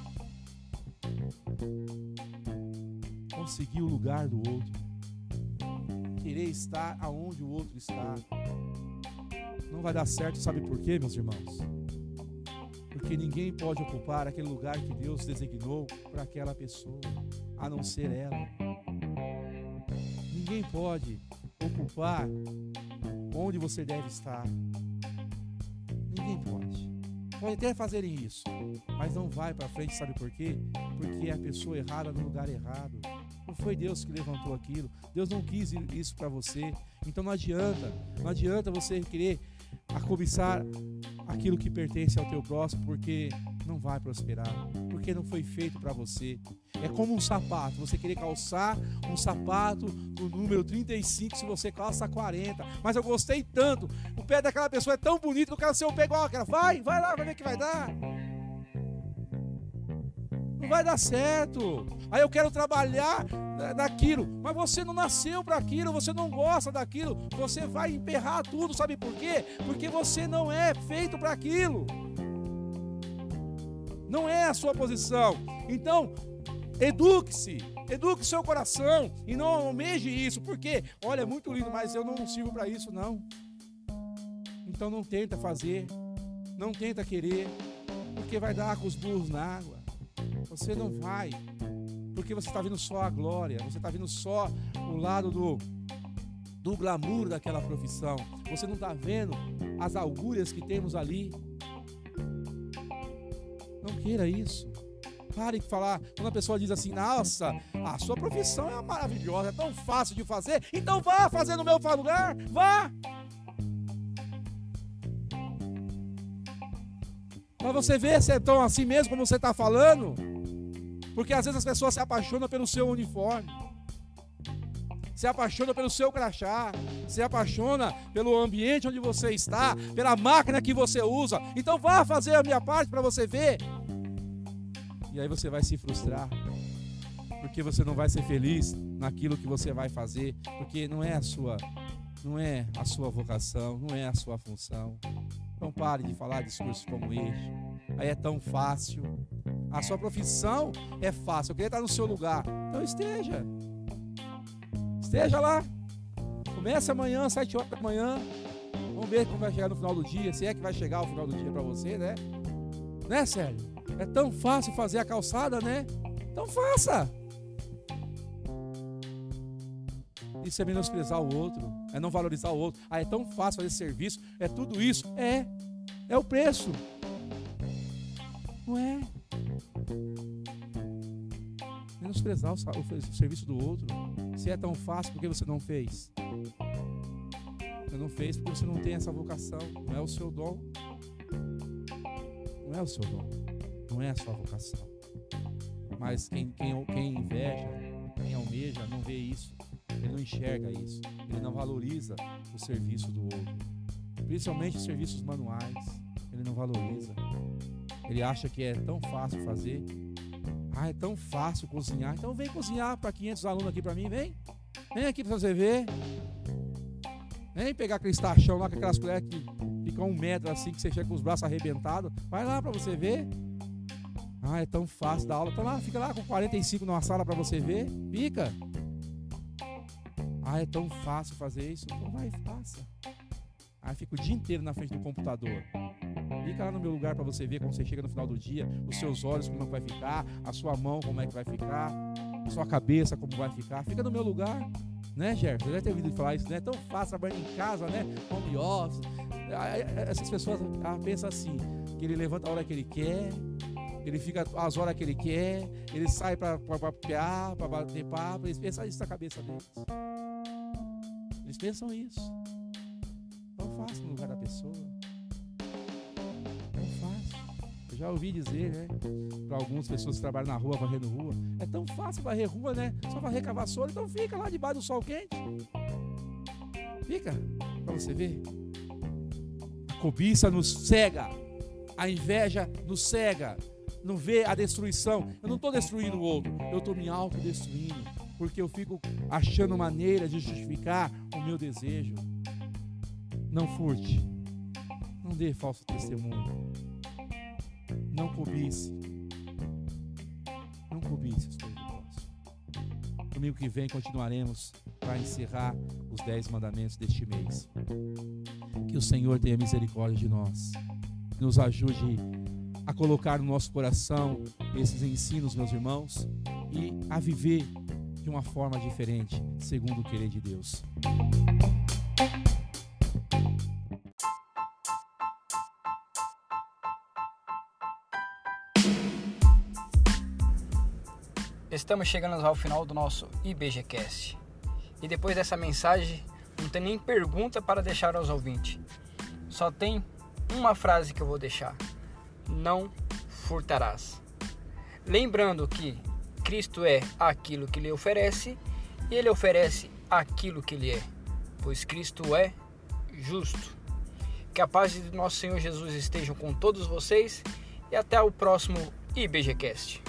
Conseguir o lugar do outro, querer estar aonde o outro está. Não vai dar certo, sabe por quê, meus irmãos? Porque ninguém pode ocupar aquele lugar que Deus designou para aquela pessoa, a não ser ela. Ninguém pode ocupar onde você deve estar. Ninguém pode. Pode até fazerem isso, mas não vai para frente, sabe por quê? Porque é a pessoa errada no lugar errado. Não foi Deus que levantou aquilo. Deus não quis isso para você. Então não adianta, não adianta você querer cobiçar aquilo que pertence ao teu próximo, porque não vai prosperar, porque não foi feito para você. É como um sapato, você querer calçar um sapato do número trinta e cinco se você calça quarenta. Mas eu gostei tanto, o pé daquela pessoa é tão bonito, eu quero ser o pé igual aquela. Vai, vai lá, vai ver o que vai dar. Não vai dar certo. Aí eu quero trabalhar naquilo, mas você não nasceu para aquilo, você não gosta daquilo, você vai emperrar tudo, sabe por quê? Porque você não é feito para aquilo. Não é a sua posição. Então, eduque-se, eduque seu coração e não almeje isso, porque, olha, é muito lindo, mas eu não sirvo para isso, não. Então não tenta fazer, não tenta querer, porque vai dar com os burros na água. Você não vai, porque você está vendo só a glória, você está vendo só o lado do, do glamour daquela profissão. Você não está vendo as augúrias que temos ali. Não queira isso. Pare de falar, quando a pessoa diz assim, nossa, a sua profissão é maravilhosa, é tão fácil de fazer, então vá fazer no meu lugar, vá. Mas você vê se é tão assim mesmo como você está falando, porque às vezes as pessoas se apaixonam pelo seu uniforme, se apaixona pelo seu crachá, se apaixona pelo ambiente onde você está, pela máquina que você usa. Então vá fazer a minha parte para você ver. E aí você vai se frustrar, porque você não vai ser feliz naquilo que você vai fazer, porque não é a sua, não é a sua vocação, não é a sua função. Então pare de falar discursos como este. Aí é tão fácil. A sua profissão é fácil. Eu queria estar no seu lugar. Então esteja. Esteja lá. Comece amanhã, sete horas da manhã. Vamos ver como vai chegar no final do dia. Se é que vai chegar o final do dia para você, né? Né, Sérgio? É tão fácil fazer a calçada, né? Então faça. Isso é menosprezar o outro. É não valorizar o outro. Ah, é tão fácil fazer serviço. É tudo isso. É. É o preço. Não é. Menosprezar o, o, o serviço do outro. Se é tão fácil, por que você não fez? Você não fez porque você não tem essa vocação. Não é o seu dom. Não é o seu dom. Não é a sua vocação. Mas quem, quem, quem inveja, quem almeja, não vê isso. Ele não enxerga isso. Ele não valoriza o serviço do outro. Principalmente os serviços manuais. Ele não valoriza. Ele acha que é tão fácil fazer. Ah, é tão fácil cozinhar. Então vem cozinhar para quinhentos alunos aqui para mim. Vem. Vem aqui para você ver. Vem pegar aquele tachão lá com aquelas colheres que ficam um metro assim, que você chega com os braços arrebentados. Vai lá para você ver. Ah, é tão fácil dar aula. Então lá, fica lá com quarenta e cinco numa sala para você ver. Fica. Ah, é tão fácil fazer isso. Então vai, faça. Aí fica o dia inteiro na frente do computador. Fica lá no meu lugar para você ver como você chega no final do dia, os seus olhos como é que vai ficar, a sua mão como é que vai ficar, a sua cabeça como vai ficar. Fica no meu lugar, né, Gerson? Você deve ter ouvido falar isso, né? É tão fácil trabalhar em casa, né? Home office. Essas pessoas pensam assim, que ele levanta a hora que ele quer, ele fica as horas que ele quer, ele sai para papear, para bater papo. Eles pensam isso na cabeça deles. Eles pensam isso. Não faça no lugar da pessoa. Não faça. Eu já ouvi dizer, né? Para algumas pessoas que trabalham na rua, varrendo rua. É tão fácil varrer rua, né? Só varrer com a vassoura. Então fica lá debaixo do sol quente. Fica. Para você ver. A cobiça nos cega. A inveja nos cega. Não vê a destruição. Eu não estou destruindo o outro. Eu estou me autodestruindo. Porque eu fico achando maneira de justificar o meu desejo. Não furte. Não dê falso testemunho. Não cobice. Não cobice os teus negócios. Domingo que vem continuaremos para encerrar os dez mandamentos deste mês. Que o Senhor tenha misericórdia de nós. Nos ajude a colocar no nosso coração esses ensinos, meus irmãos, e a viver de uma forma diferente, segundo o querer de Deus. Estamos chegando ao final do nosso I B G Cast. E depois dessa mensagem, não tem nem pergunta para deixar aos ouvintes. Só tem uma frase que eu vou deixar. Não furtarás. Lembrando que Cristo é aquilo que lhe oferece e Ele oferece aquilo que Ele é, pois Cristo é justo. Que a paz de nosso Senhor Jesus esteja com todos vocês e até o próximo I B G Cast.